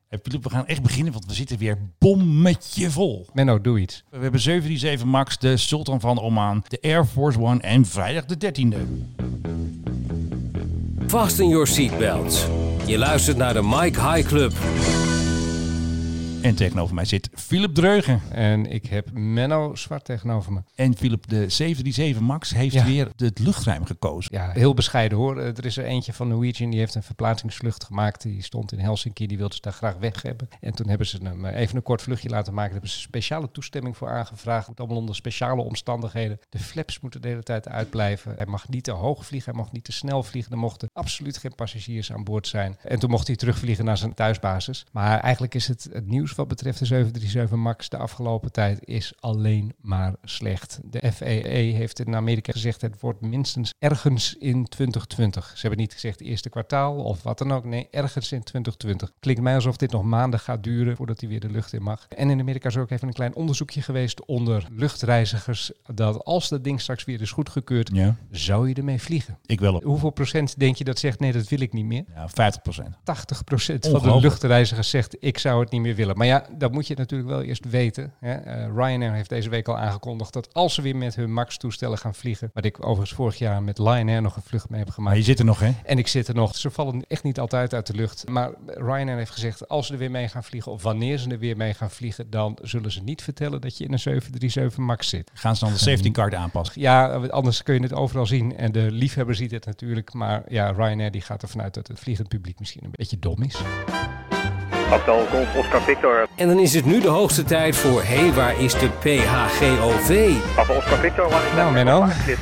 Hey Philip, we gaan echt beginnen, want we zitten weer bommetje vol. Menno, doe iets. We hebben 737 MAX, de Sultan van Oman, de Air Force One en vrijdag de 13e. Fasten your seatbelts. Je luistert naar de Mike High Club. En tegenover mij zit Philip Dreugen. En ik heb Menno Zwart tegenover me. En Philip, de 737 MAX heeft weer het luchtruim gekozen. Ja, heel bescheiden hoor. Er is er eentje van Norwegian, die heeft een verplaatsingsvlucht gemaakt. Die stond in Helsinki, die wilde ze daar graag weg hebben. En toen hebben ze hem even een kort vluchtje laten maken. Daar hebben ze speciale toestemming voor aangevraagd. Moet allemaal onder speciale omstandigheden. De flaps moeten de hele tijd uitblijven. Hij mag niet te hoog vliegen, hij mag niet te snel vliegen. Er mochten absoluut geen passagiers aan boord zijn. En toen mocht hij terugvliegen naar zijn thuisbasis. Maar eigenlijk is het nieuws wat betreft de 737 MAX de afgelopen tijd is alleen maar slecht. De FAA heeft in Amerika gezegd het wordt minstens ergens in 2020. Ze hebben niet gezegd eerste kwartaal of wat dan ook. Nee, ergens in 2020. Klinkt mij alsof dit nog maanden gaat duren voordat hij weer de lucht in mag. En in Amerika is ook even een klein onderzoekje geweest onder luchtreizigers dat als dat ding straks weer is goedgekeurd, zou je ermee vliegen. Ik wel. Hoeveel procent denk je dat zegt nee, dat wil ik niet meer? Ja, 50%. 80% van de luchtreizigers zegt ik zou het niet meer willen. Maar ja, dat moet je natuurlijk wel eerst weten. Hè. Ryanair heeft deze week al aangekondigd dat als ze weer met hun MAX-toestellen gaan vliegen, wat ik overigens vorig jaar met Lion Air nog een vlucht mee heb gemaakt. Maar je zit er nog, hè? En ik zit er nog. Ze vallen echt niet altijd uit de lucht. Maar Ryanair heeft gezegd, als ze er weer mee gaan vliegen of wanneer ze er weer mee gaan vliegen, dan zullen ze niet vertellen dat je in een 737 MAX zit. Gaan ze dan de safety card aanpassen? Ja, anders kun je het overal zien. En de liefhebber ziet het natuurlijk. Maar ja, Ryanair die gaat ervan uit dat het vliegend publiek misschien een beetje dom is. Hotel Golf Oscar Victor. En dan is het nu de hoogste tijd voor Hey, waar is de PHGOV? Papa Oscar Victor. Nou, Menno.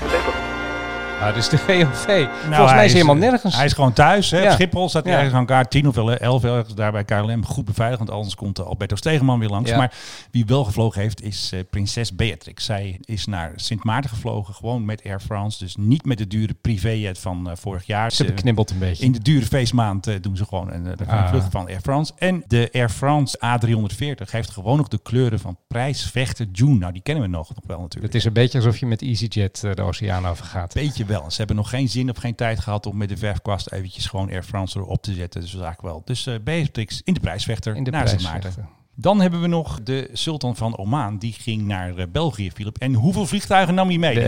Nou, dus de GOV. Volgens mij is hij helemaal nergens. Hij is gewoon thuis. Hè? Ja. Op Schiphol staat hij ergens aan elkaar 10 of 11 ergens daar bij KLM. Goed beveiligd, want anders komt Alberto Stegeman weer langs. Ja. Maar wie wel gevlogen heeft is prinses Beatrix. Zij is naar Sint Maarten gevlogen, gewoon met Air France. Dus niet met de dure privéjet van vorig jaar. Ze beknibbelt een beetje. In de dure feestmaand doen ze gewoon een vlucht van Air France. En de Air France A340 heeft gewoon nog de kleuren van prijsvechter June. Nou, die kennen we nog wel natuurlijk. Het is een beetje alsof je met EasyJet de oceaan over gaat. Beetje wel. Ze hebben nog geen zin of geen tijd gehad om met de verfkwast eventjes gewoon Air France erop te zetten. Dus dat is eigenlijk wel. Dus Beatrix in de prijsvechter naar Sint Maarten. Dan hebben we nog de Sultan van Oman. Die ging naar België, Philip. En hoeveel vliegtuigen nam hij mee?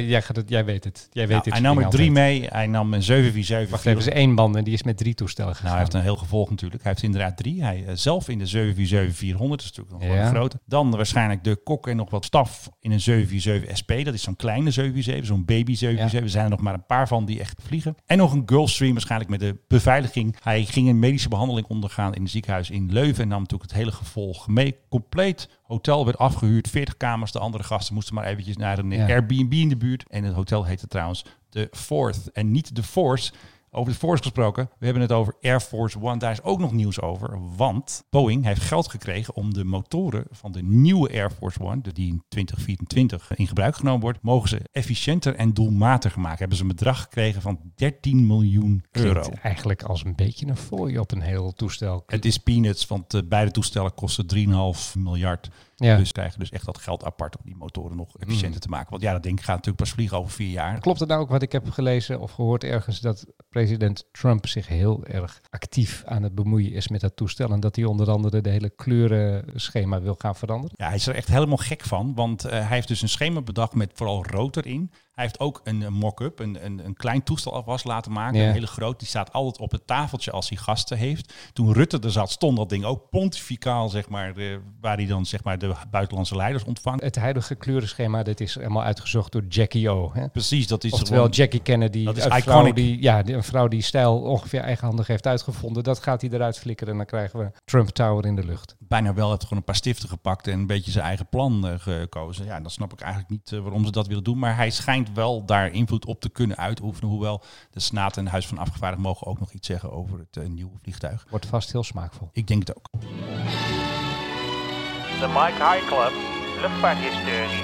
Jij weet het. Hij nam er 3 mee. Hij nam een 747. Wacht even, is 1 man en die is met 3 toestellen gegaan. Nou, hij heeft een heel gevolg natuurlijk. Hij heeft inderdaad 3. Hij zelf in de 747-400. Dat is natuurlijk nog wel een grote. Dan waarschijnlijk de kok en nog wat staf in een 747 SP. Dat is zo'n kleine 747, zo'n baby 747. Er zijn er nog maar een paar van die echt vliegen. En nog een Gulfstream waarschijnlijk met de beveiliging. Hij ging een medische behandeling ondergaan in het ziekenhuis in Leuven. En nam natuurlijk het hele gevolg mee. Compleet hotel werd afgehuurd, 40 kamers. De andere gasten moesten maar eventjes naar een Airbnb in de buurt. En het hotel heette trouwens de Fourth en niet de Force. Over de Force gesproken, we hebben het over Air Force One. Daar is ook nog nieuws over, want Boeing heeft geld gekregen om de motoren van de nieuwe Air Force One, die in 2024 in gebruik genomen wordt, mogen ze efficiënter en doelmatiger maken. Hebben ze een bedrag gekregen van 13 miljoen euro. Klinkt eigenlijk als een beetje een fooi op een heel toestel. Het is peanuts, want beide toestellen kosten 3,5 miljard. Ja. Dus krijgen dus echt dat geld apart om die motoren nog efficiënter te maken. Want ja, dat ding gaat natuurlijk pas vliegen over 4 jaar. Klopt het nou ook wat ik heb gelezen of gehoord ergens, dat president Trump zich heel erg actief aan het bemoeien is met dat toestel en dat hij onder andere de hele kleurenschema wil gaan veranderen? Ja, hij is er echt helemaal gek van, want hij heeft dus een schema bedacht met vooral rood erin. Hij heeft ook een mock-up, een klein toestel alvast laten maken. Ja. Een hele groot. Die staat altijd op het tafeltje als hij gasten heeft. Toen Rutte er zat, stond dat ding ook pontificaal, zeg maar, waar hij dan zeg maar de buitenlandse leiders ontvangt. Het huidige kleurenschema, dit is helemaal uitgezocht door Jackie O. Hè? Precies, dat is oftewel gewoon, Jackie Kennedy, dat is een vrouw die stijl ongeveer eigenhandig heeft uitgevonden. Dat gaat hij eruit flikkeren en dan krijgen we Trump Tower in de lucht. Bijna wel, heeft gewoon een paar stiften gepakt en een beetje zijn eigen plan gekozen. Ja, dan snap ik eigenlijk niet waarom ze dat willen doen. Maar hij schijnt wel daar invloed op te kunnen uitoefenen. Hoewel de Senaat en het Huis van Afgevaardigden mogen ook nog iets zeggen over het nieuwe vliegtuig. Wordt vast heel smaakvol. Ik denk het ook. De Mike High Club, luchtvaarthistorie.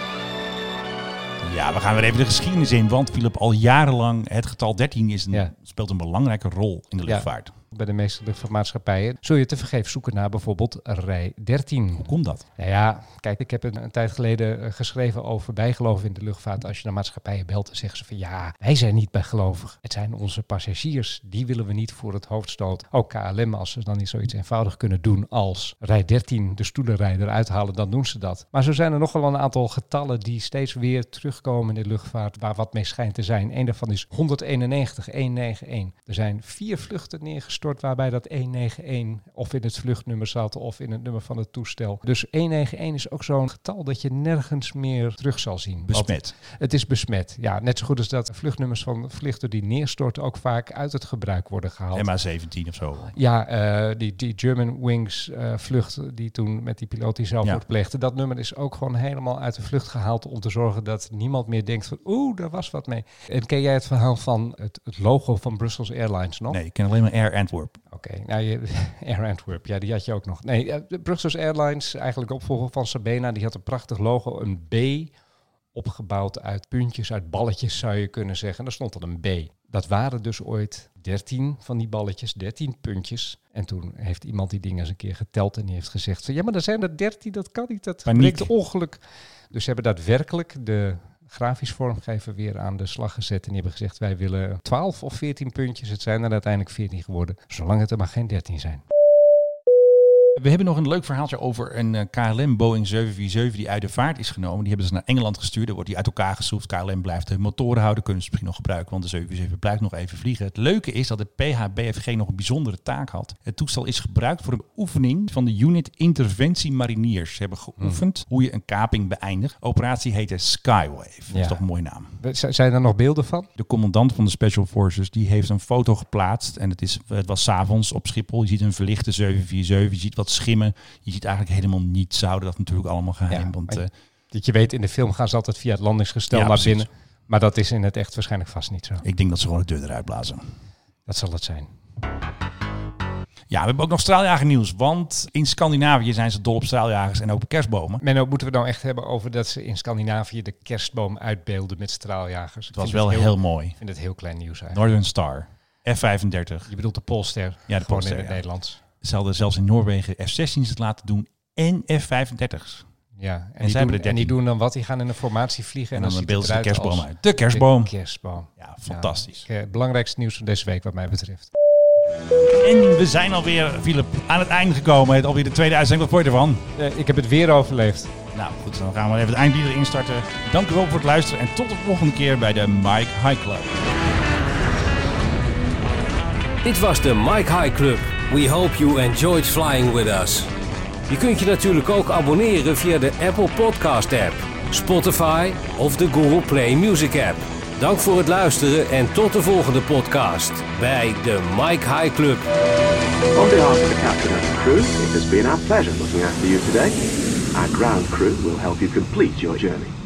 Ja, we gaan weer even de geschiedenis in. Want Philip, al jarenlang het getal 13 speelt een belangrijke rol in de luchtvaart. bij de meeste luchtvaartmaatschappijen, zul je tevergeefs zoeken naar bijvoorbeeld rij 13. Hoe komt dat? Nou ja, kijk, ik heb een tijd geleden geschreven over bijgeloof in de luchtvaart. Als je naar maatschappijen belt, dan zeggen ze van ja, wij zijn niet bijgelovig. Het zijn onze passagiers, die willen we niet voor het hoofd stoten. Ook KLM, als ze dan niet zoiets eenvoudig kunnen doen als rij 13, de stoelenrij eruit halen, dan doen ze dat. Maar zo zijn er nogal een aantal getallen die steeds weer terugkomen in de luchtvaart, waar wat mee schijnt te zijn. Eén daarvan is 191, 191. Er zijn 4 vluchten neergestort waarbij dat 191 of in het vluchtnummer zat of in het nummer van het toestel. Dus 191 is ook zo'n getal dat je nergens meer terug zal zien. Besmet. Het is besmet. Ja, net zo goed als dat vluchtnummers van vliegtuigen die neerstorten ook vaak uit het gebruik worden gehaald. MH17 of zo. Ja, die German Wings vlucht die toen met die piloot die zelfmoord pleegde. Dat nummer is ook gewoon helemaal uit de vlucht gehaald om te zorgen dat niemand meer denkt van daar was wat mee. En ken jij het verhaal van het logo van Brussels Airlines nog? Nee, ik ken alleen maar Air Antwerp. Oké, nou Air Antwerp, ja, die had je ook nog. Nee, de Brussels Airlines, eigenlijk opvolger van Sabena, die had een prachtig logo, een B, opgebouwd uit puntjes, uit balletjes zou je kunnen zeggen. En daar stond dan een B. Dat waren dus ooit 13 van die balletjes, 13 puntjes. En toen heeft iemand die dingen eens een keer geteld en die heeft gezegd van ja, maar er zijn er 13, dat kan niet, dat breekt ongeluk. Dus ze hebben daadwerkelijk de grafisch vormgever weer aan de slag gezet. En die hebben gezegd, wij willen 12 of 14 puntjes. Het zijn er uiteindelijk 14 geworden. Zolang het er maar geen 13 zijn. We hebben nog een leuk verhaaltje over een KLM Boeing 747 die uit de vaart is genomen. Die hebben ze naar Engeland gestuurd. Dan wordt die uit elkaar geschroefd. KLM blijft de motoren houden. Kunnen ze misschien nog gebruiken, want de 747 blijft nog even vliegen. Het leuke is dat de PHBFG nog een bijzondere taak had. Het toestel is gebruikt voor een oefening van de Unit Interventie Mariniers. Ze hebben geoefend hoe je een kaping beëindigt. De operatie heette Skywave. Dat is toch een mooie naam. Zijn er nog beelden van? De commandant van de Special Forces die heeft een foto geplaatst. En het was 's avonds op Schiphol. Je ziet een verlichte 747. Je ziet wat schimmen. Je ziet eigenlijk helemaal niets. Ze houden dat natuurlijk allemaal geheim. Ja, want, dat je weet, in de film gaan ze altijd via het landingsgestel naar binnen. Maar dat is in het echt waarschijnlijk vast niet zo. Ik denk dat ze gewoon de deur eruit blazen. Dat zal het zijn. Ja, we hebben ook nog straaljagernieuws. Want in Scandinavië zijn ze dol op straaljagers en ook op kerstbomen. Menno, moeten we nou echt hebben over dat ze in Scandinavië de kerstboom uitbeelden met straaljagers? Het was wel heel mooi. Ik vind het heel klein nieuws eigenlijk. Northern Star, F-35. Je bedoelt de Polster? Ja, de Polster in het Nederlands. Ze hadden zelfs in Noorwegen F-16's laten doen en F-35's. Ja, en die doen dan wat? Die gaan in een formatie vliegen en dan beelden ze de kerstboom uit. De kerstboom. De kerstboom. Ja, fantastisch. Ja, belangrijkste nieuws van deze week wat mij betreft. En we zijn alweer, Philip, aan het einde gekomen. Het alweer de tweede uitzending. Wat vond je ervan? Ik heb het weer overleefd. Nou goed, dan gaan we even het eindlied erin starten. Dank u wel voor het luisteren en tot de volgende keer bij de Mike High Club. Dit was de Mike High Club. We hope you enjoyed flying with us. Je kunt je natuurlijk ook abonneren via de Apple Podcast app, Spotify of de Google Play Music app. Dank voor het luisteren en tot de volgende podcast bij de Mike High Club. On behalf of the captain and the crew, it has been our pleasure looking after you today. Our ground crew will help you complete your journey.